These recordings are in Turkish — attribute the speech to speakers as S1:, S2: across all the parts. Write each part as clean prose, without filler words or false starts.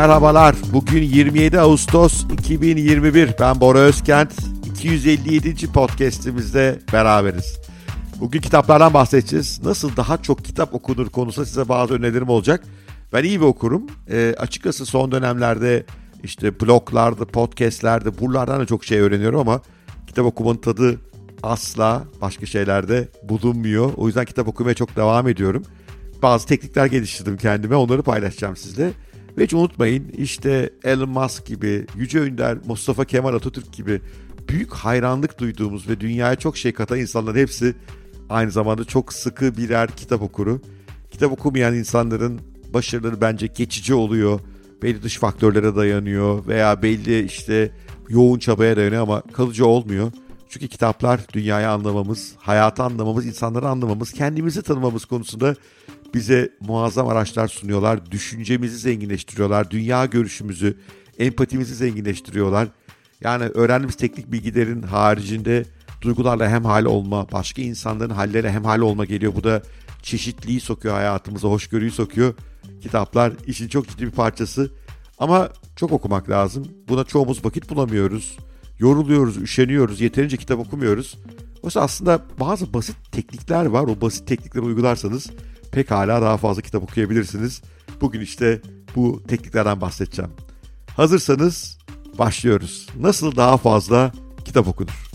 S1: Merhabalar. Bugün 27 Ağustos 2021. Ben Bora Özkent. 257. podcast'imizde beraberiz. Bugün kitaplardan bahsedeceğiz. Nasıl daha çok kitap okunur konusunda size bazı önerilerim olacak. Ben iyi bir okurum. Açıkçası son dönemlerde işte bloglarda, podcastlerde buralardan da çok şey öğreniyorum ama kitap okumanın tadı asla başka şeylerde bulunmuyor. O yüzden kitap okumaya çok devam ediyorum. Bazı teknikler geliştirdim kendime. Onları paylaşacağım sizle. Ve hiç unutmayın işte Elon Musk gibi, Yüce Önder, Mustafa Kemal Atatürk gibi büyük hayranlık duyduğumuz ve dünyaya çok şey katan insanların hepsi aynı zamanda çok sıkı birer kitap okuru. Kitap okumayan insanların başarıları bence geçici oluyor. Belli dış faktörlere dayanıyor veya belli işte yoğun çabaya dayanıyor ama kalıcı olmuyor. Çünkü kitaplar dünyayı anlamamız, hayatı anlamamız, insanları anlamamız, kendimizi tanımamız konusunda bize muazzam araçlar sunuyorlar. Düşüncemizi zenginleştiriyorlar. Dünya görüşümüzü, empatimizi zenginleştiriyorlar. Yani öğrendiğimiz teknik bilgilerin haricinde duygularla hemhal olma, başka insanların halleriyle hemhal olma geliyor. Bu da çeşitliliği sokuyor hayatımıza, hoşgörüyü sokuyor. Kitaplar işin çok ciddi bir parçası. Ama çok okumak lazım. Buna çoğumuz vakit bulamıyoruz. Yoruluyoruz, üşeniyoruz, yeterince kitap okumuyoruz. Oysa aslında bazı basit teknikler var. O basit teknikleri uygularsanız pekala daha fazla kitap okuyabilirsiniz. Bugün işte bu tekniklerden bahsedeceğim. Hazırsanız başlıyoruz. Nasıl daha fazla kitap okunur?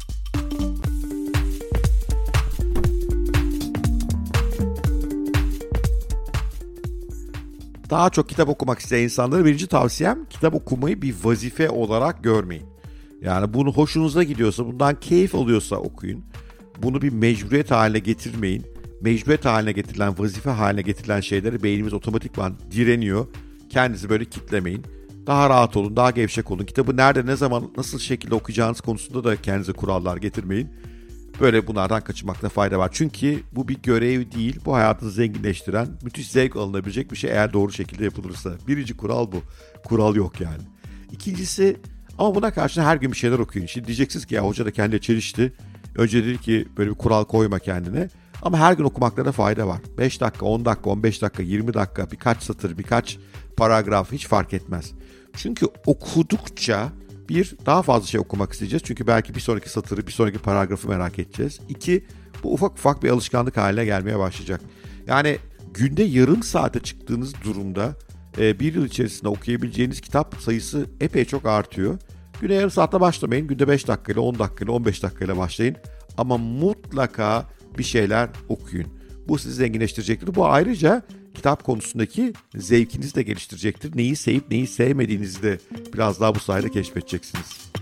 S1: Daha çok kitap okumak isteyen insanlara birinci tavsiyem kitap okumayı bir vazife olarak görmeyin. Yani bunu hoşunuza gidiyorsa, bundan keyif alıyorsa okuyun. Bunu bir mecburiyet haline getirmeyin. Mecburiyet haline getirilen, vazife haline getirilen şeyleri beynimiz otomatikman direniyor. Kendinizi böyle kitlemeyin. Daha rahat olun, daha gevşek olun. Kitabı nerede, ne zaman, nasıl şekilde okuyacağınız konusunda da kendinize kurallar getirmeyin. Böyle bunlardan kaçınmakta fayda var. Çünkü bu bir görev değil, bu hayatınızı zenginleştiren, müthiş zevk alınabilecek bir şey eğer doğru şekilde yapılırsa. Birinci kural bu. Kural yok yani. İkincisi, ama buna karşı her gün bir şeyler okuyun. Şimdi diyeceksiniz ki ya hoca da kendine çelişti. Önce dedi ki böyle bir kural koyma kendine. Ama her gün okumakta da fayda var. 5 dakika, 10 dakika, 15 dakika, 20 dakika, birkaç satır, birkaç paragraf hiç fark etmez. Çünkü okudukça daha fazla şey okumak isteyeceğiz. Çünkü belki bir sonraki satırı, bir sonraki paragrafı merak edeceğiz. 2, bu ufak ufak bir alışkanlık haline gelmeye başlayacak. Yani günde yarım saate çıktığınız durumda bir yıl içerisinde okuyabileceğiniz kitap sayısı epey çok artıyor. Güne yarım saatte başlamayın. Günde 5 dakikayla, 10 dakikayla, 15 dakikayla başlayın. Ama mutlaka bir şeyler okuyun. Bu sizi zenginleştirecektir. Bu ayrıca kitap konusundaki zevkinizi de geliştirecektir. Neyi sevip neyi sevmediğinizi de biraz daha bu sayede keşfedeceksiniz.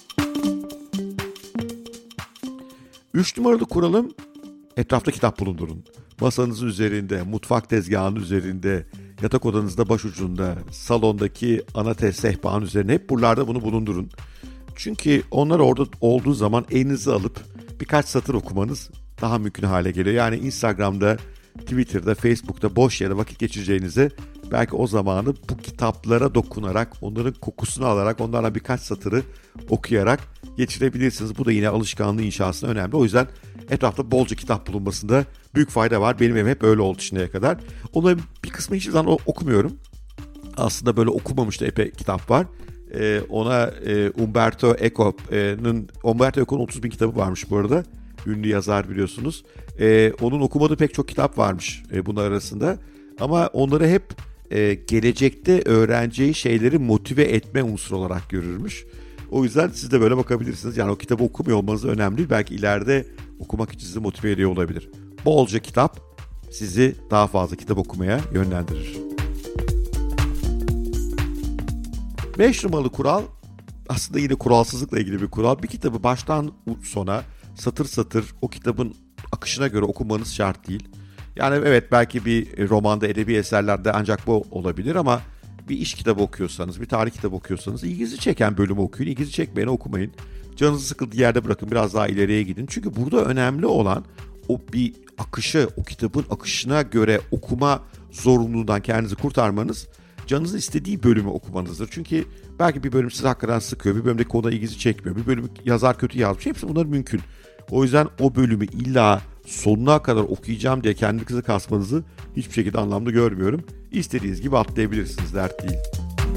S1: 3 numaralı kuralım, etrafta kitap bulundurun. Masanızın üzerinde, mutfak tezgahının üzerinde, yatak odanızda başucunda, salondaki ana sehpanın üzerine hep buralarda bunu bulundurun. Çünkü onlar orada olduğu zaman elinizi alıp birkaç satır okumanız daha mümkün hale geliyor. Yani Instagram'da, Twitter'da, Facebook'ta boş yere vakit geçireceğinize belki o zamanı bu kitaplara dokunarak, onların kokusunu alarak, onlarla birkaç satırı okuyarak geçirebilirsiniz. Bu da yine alışkanlığı inşasında önemli. O yüzden etrafta bolca kitap bulunmasında büyük fayda var. Benim evim hep öyle oldu şimdiye kadar. Onların bir kısmı hiçbir zaman okumuyorum. Aslında böyle okumamış da epey kitap var. Umberto Eco'nun 30 bin kitabı varmış bu arada. Ünlü yazar biliyorsunuz. Onun okumadığı pek çok kitap varmış bunlar arasında. Ama onları hep gelecekte öğreneceği şeyleri motive etme unsuru olarak görürmüş. O yüzden siz de böyle bakabilirsiniz. Yani o kitabı okumuyor olmanız önemli değil. Belki ileride okumak için sizi motive ediyor olabilir. Bolca kitap sizi daha fazla kitap okumaya yönlendirir. 5 numaralı kural aslında yine kuralsızlıkla ilgili bir kural. Bir kitabı baştan sona satır satır o kitabın akışına göre okumanız şart değil. Yani evet belki bir romanda, edebi eserlerde ancak bu olabilir ama bir iş kitabı okuyorsanız, bir tarih kitabı okuyorsanız ilginizi çeken bölümü okuyun, ilginizi çekmeyeni okumayın. Canınızı sıkıldığı yerde bırakın, biraz daha ileriye gidin. Çünkü burada önemli olan o bir akışı, o kitabın akışına göre okuma zorunluluğundan kendinizi kurtarmanız, canınızın istediği bölümü okumanızdır. Çünkü belki bir bölüm sizi hakikaten sıkıyor, bir bölümdeki konuda ilginizi çekmiyor, bir bölüm yazar kötü yazmış. Hepsi bunlar mümkün. O yüzden o bölümü illa sonuna kadar okuyacağım diye kendinizi kasmanızı hiçbir şekilde anlamlı görmüyorum. İstediğiniz gibi atlayabilirsiniz, dert değil.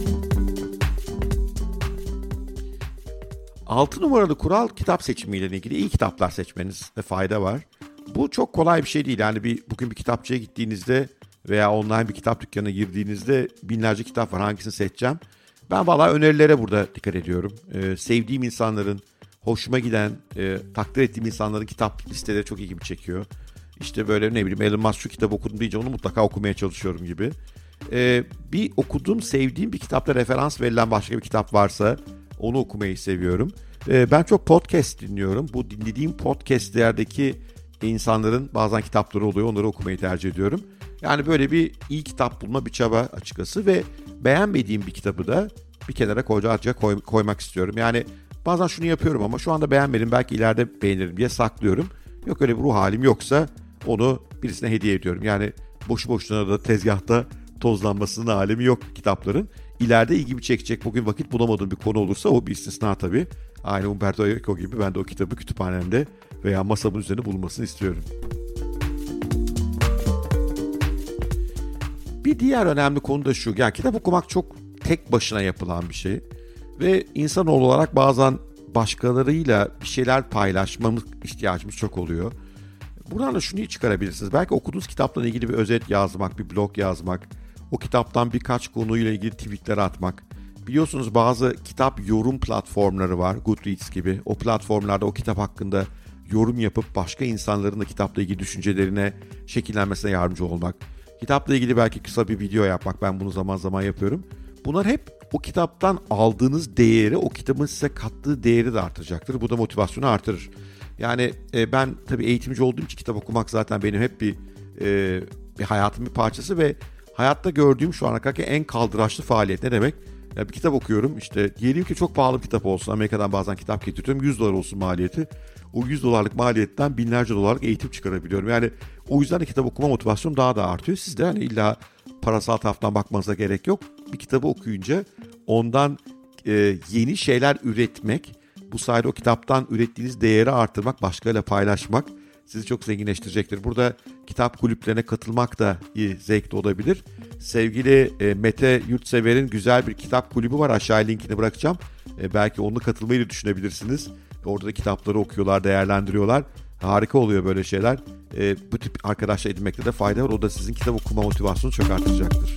S1: 6 numaralı kural kitap seçimiyle ilgili. İyi kitaplar seçmenizde fayda var. Bu çok kolay bir şey değil. Yani bugün bir kitapçıya gittiğinizde veya online bir kitap dükkanına girdiğinizde binlerce kitap var. Hangisini seçeceğim? Ben valla önerilere burada dikkat ediyorum. Sevdiğim insanların, hoşuma giden, takdir ettiğim insanların kitap listeleri çok ilgimi çekiyor. İşte böyle ne bileyim Elon Musk şu kitabı okudum deyince onu mutlaka okumaya çalışıyorum gibi. Bir okuduğum, sevdiğim bir kitapta referans verilen başka bir kitap varsa onu okumayı seviyorum. Ben çok podcast dinliyorum. Bu dinlediğim podcastlerdeki insanların bazen kitapları oluyor. Onları okumayı tercih ediyorum. Yani böyle bir iyi kitap bulma bir çaba açıkçası ve beğenmediğim bir kitabı da bir kenara koymak istiyorum. Yani bazen şunu yapıyorum ama şu anda beğenmedim, belki ileride beğenirim diye saklıyorum. Yok öyle bir ruh halim yoksa onu birisine hediye ediyorum. Yani boşu boşuna da tezgahta tozlanmasının alemi yok kitapların. İleride ilgimi çekecek, bugün vakit bulamadığım bir konu olursa o bir istisna tabii. Aynı Umberto Eco gibi ben de o kitabı kütüphanemde veya masamın üzerinde bulunmasını istiyorum. Bir diğer önemli konu da şu. Yani kitap okumak çok tek başına yapılan bir şey. Ve insanoğlu olarak bazen başkalarıyla bir şeyler paylaşmamız ihtiyacımız çok oluyor. Buradan da şunu çıkarabilirsiniz. Belki okuduğunuz kitapla ilgili bir özet yazmak, bir blog yazmak, o kitaptan birkaç konuyla ilgili tweetler atmak. Biliyorsunuz bazı kitap yorum platformları var, Goodreads gibi. O platformlarda o kitap hakkında yorum yapıp başka insanların da kitapla ilgili düşüncelerine şekillenmesine yardımcı olmak. Kitapla ilgili belki kısa bir video yapmak, ben bunu zaman zaman yapıyorum. Bunlar hep o kitaptan aldığınız değeri, o kitabın size kattığı değeri de artıracaktır. Bu da motivasyonu artırır. Yani ben tabii eğitimci olduğum için kitap okumak zaten benim hep bir hayatın bir parçası ve hayatta gördüğüm şu ana kadar en kaldıraçlı faaliyet. Ne demek? Ya bir kitap okuyorum, işte diyelim ki çok pahalı bir kitap olsun. Amerika'dan bazen kitap getiriyorum, $100 olsun maliyeti. O $100 maliyetten binlerce dolarlık eğitim çıkarabiliyorum. Yani o yüzden de kitap okuma motivasyonum daha da artıyor. Siz de hani illa parasal taraftan bakmanıza gerek yok. Bir kitabı okuyunca ondan yeni şeyler üretmek, bu sayede o kitaptan ürettiğiniz değeri artırmak, başkalarıyla paylaşmak sizi çok zenginleştirecektir. Burada kitap kulüplerine katılmak da zevkli olabilir. Sevgili Mete Yurtsever'in güzel bir kitap kulübü var. Aşağıya linkini bırakacağım. Belki onunla katılmayı da düşünebilirsiniz. Orada da kitapları okuyorlar, değerlendiriyorlar. Harika oluyor böyle şeyler. Bu tip arkadaşlar edinmekte de fayda var. O da sizin kitap okuma motivasyonu çok artacaktır.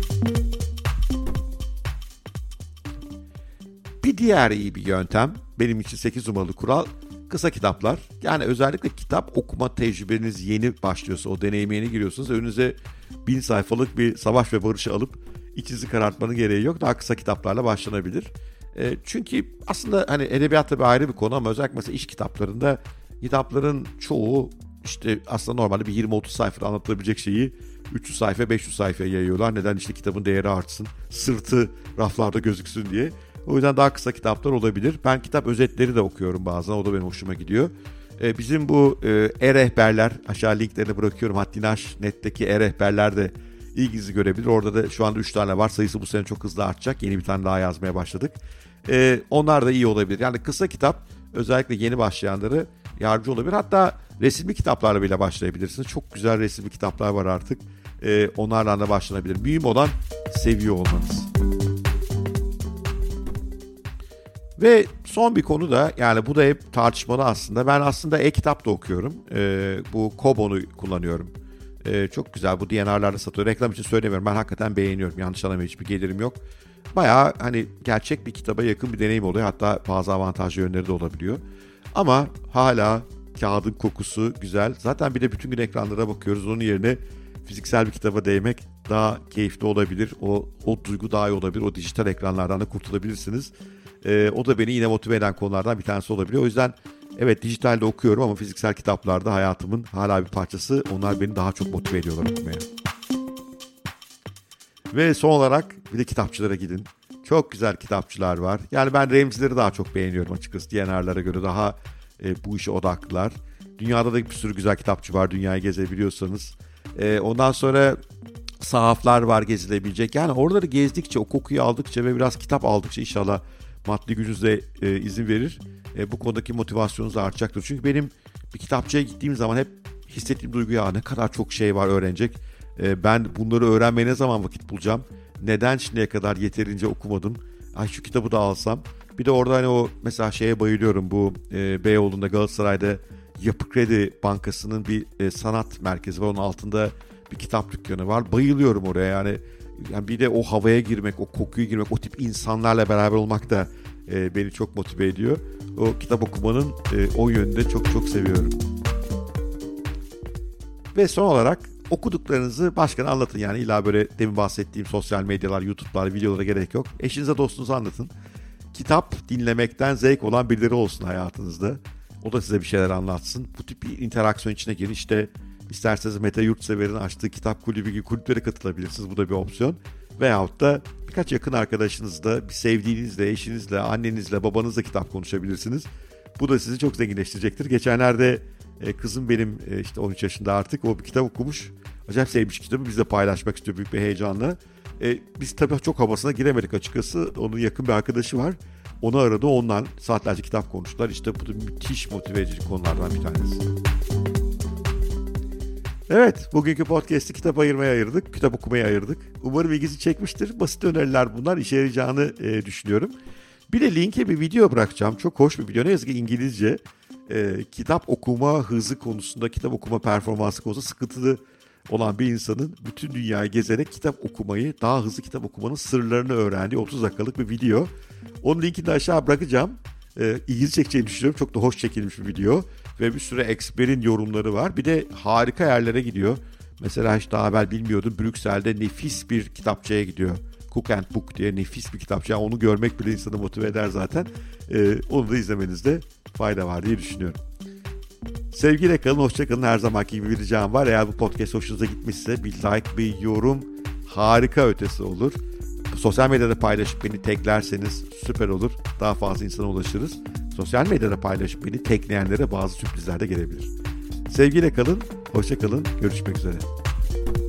S1: Bir diğer iyi bir yöntem, benim için 8 numaralı kural, kısa kitaplar. Yani özellikle kitap okuma tecrübeniz yeni başlıyorsa, o deneyime yeni giriyorsunuz. Önünüze 1000 sayfalık bir Savaş ve Barış'ı alıp içinizi karartmanın gereği yok. Daha kısa kitaplarla başlanabilir. Çünkü aslında hani edebiyat tabii ayrı bir konu ama özellikle mesela iş kitaplarında kitapların çoğu işte aslında normalde bir 20-30 sayfada anlatılabilecek şeyi 300 sayfa 500 sayfaya yayıyorlar. Neden? İşte kitabın değeri artsın, sırtı raflarda gözüksün diye. O yüzden daha kısa kitaplar olabilir. Ben kitap özetleri de okuyorum bazen. O da benim hoşuma gidiyor. Bizim bu e-rehberler, aşağı linklerini bırakıyorum. Haddinaş.net'teki e-rehberler de ilginizi görebilir. Orada da şu anda 3 tane var. Sayısı bu sene çok hızlı artacak. Yeni bir tane daha yazmaya başladık. Onlar da iyi olabilir. Yani kısa kitap özellikle yeni başlayanları yardımcı olabilir. Hatta resimli kitaplarla bile başlayabilirsiniz. Çok güzel resimli kitaplar var artık. Onlarla da başlanabilir. Mühim olan seviyor olmanız. Ve son bir konu da, yani bu da hep tartışmalı aslında. Ben aslında e-kitap da okuyorum. Bu Kobo'nu kullanıyorum. Çok güzel, bu DNR'larda satıyor. Reklam için söylemiyorum. Ben hakikaten beğeniyorum. Yanlış anlamayın, hiçbir gelirim yok. Bayağı hani gerçek bir kitaba yakın bir deneyim oluyor. Hatta bazı avantajlı yönleri de olabiliyor. Ama hala kağıdın kokusu güzel. Zaten bir de bütün gün ekranlara bakıyoruz. Onun yerine fiziksel bir kitaba değmek daha keyifli olabilir. O duygu daha iyi olabilir. O dijital ekranlardan da kurtulabilirsiniz. O da beni yine motive eden konulardan bir tanesi olabiliyor. O yüzden evet, dijitalde okuyorum ama fiziksel kitaplarda hayatımın hala bir parçası. Onlar beni daha çok motive ediyorlar okumaya. Ve son olarak bir de kitapçılara gidin. Çok güzel kitapçılar var. Yani ben Remzileri daha çok beğeniyorum açıkçası. DNR'lara göre daha bu işe odaklılar. Dünyada da bir sürü güzel kitapçı var. Dünyayı gezebiliyorsanız. Ondan sonra sahaflar var gezilebilecek. Yani oraları gezdikçe, o kokuyu aldıkça ve biraz kitap aldıkça inşallah maddi gücünüz de izin verir. Bu konudaki motivasyonunuz da artacaktır. Çünkü benim bir kitapçıya gittiğim zaman hep hissettiğim duygu, ya ne kadar çok şey var öğrenecek. Ben bunları öğrenmeye ne zaman vakit bulacağım? Neden şimdiye kadar yeterince okumadım? Ay şu kitabı da alsam. Bir de orada hani o mesela şeye bayılıyorum, bu Beyoğlu'nda Galatasaray'da Yapı Kredi Bankası'nın bir sanat merkezi var. Onun altında bir kitap dükkanı var. Bayılıyorum oraya yani bir de o havaya girmek, o kokuyu girmek, o tip insanlarla beraber olmak da beni çok motive ediyor. O kitap okumanın o yönünde çok çok seviyorum. Ve son olarak okuduklarınızı başkana anlatın. Yani illa böyle demin bahsettiğim sosyal medyalar, YouTube'lar, videolara gerek yok. Eşinize, dostunuza anlatın. Kitap dinlemekten zevk olan birileri olsun hayatınızda. O da size bir şeyler anlatsın. Bu tip bir interaksiyon içine girin. İşte isterseniz Mete Yurtsever'in açtığı kitap kulübü gibi kulüplere katılabilirsiniz. Bu da bir opsiyon. Veyahut da birkaç yakın arkadaşınızla, bir sevdiğinizle, eşinizle, annenizle, babanızla kitap konuşabilirsiniz. Bu da sizi çok zenginleştirecektir. Geçenlerde kızım benim işte 13 yaşında artık, o bir kitap okumuş. Acayip sevmiş kitabı, bizle paylaşmak istiyor büyük bir heyecanla. Biz tabii çok havasına giremedik açıkçası. Onun yakın bir arkadaşı var. Onu aradı, ondan saatlerce kitap konuştular. İşte bu da müthiş motive edici konulardan bir tanesi. Evet, bugünkü podcast'i kitap ayırmaya ayırdık. Kitap okumaya ayırdık. Umarım ilginizi çekmiştir. Basit öneriler bunlar. İşe yarayacağını düşünüyorum. Bir de linke bir video bırakacağım. Çok hoş bir video. Ne yazık ki İngilizce. Kitap okuma hızı konusunda, kitap okuma performansı konusunda sıkıntılı olan bir insanın bütün dünyayı gezerek kitap okumayı, daha hızlı kitap okumanın sırlarını öğrendiği 30 dakikalık bir video. Onun linkini de aşağı bırakacağım. İlginizi çekeceğini düşünüyorum. Çok da hoş çekilmiş bir video. Ve bir sürü eksperin yorumları var. Bir de harika yerlere gidiyor. Mesela hiç daha evvel bilmiyordum. Brüksel'de nefis bir kitapçıya gidiyor. Cook and Book diye nefis bir kitapçı. Yani onu görmek bile insanı motive eder zaten. Onu da izlemenizde fayda var diye düşünüyorum. Sevgiyle kalın, hoşça kalın. Her zamanki gibi bir ricam var. Eğer bu podcast hoşunuza gitmişse bir like, bir yorum harika ötesi olur. Sosyal medyada paylaşıp beni taglerseniz süper olur. Daha fazla insana ulaşırız. Sosyal medyada paylaşıp beni tagleyenlere bazı sürprizler de gelebilir. Sevgiyle kalın, hoşça kalın. Görüşmek üzere.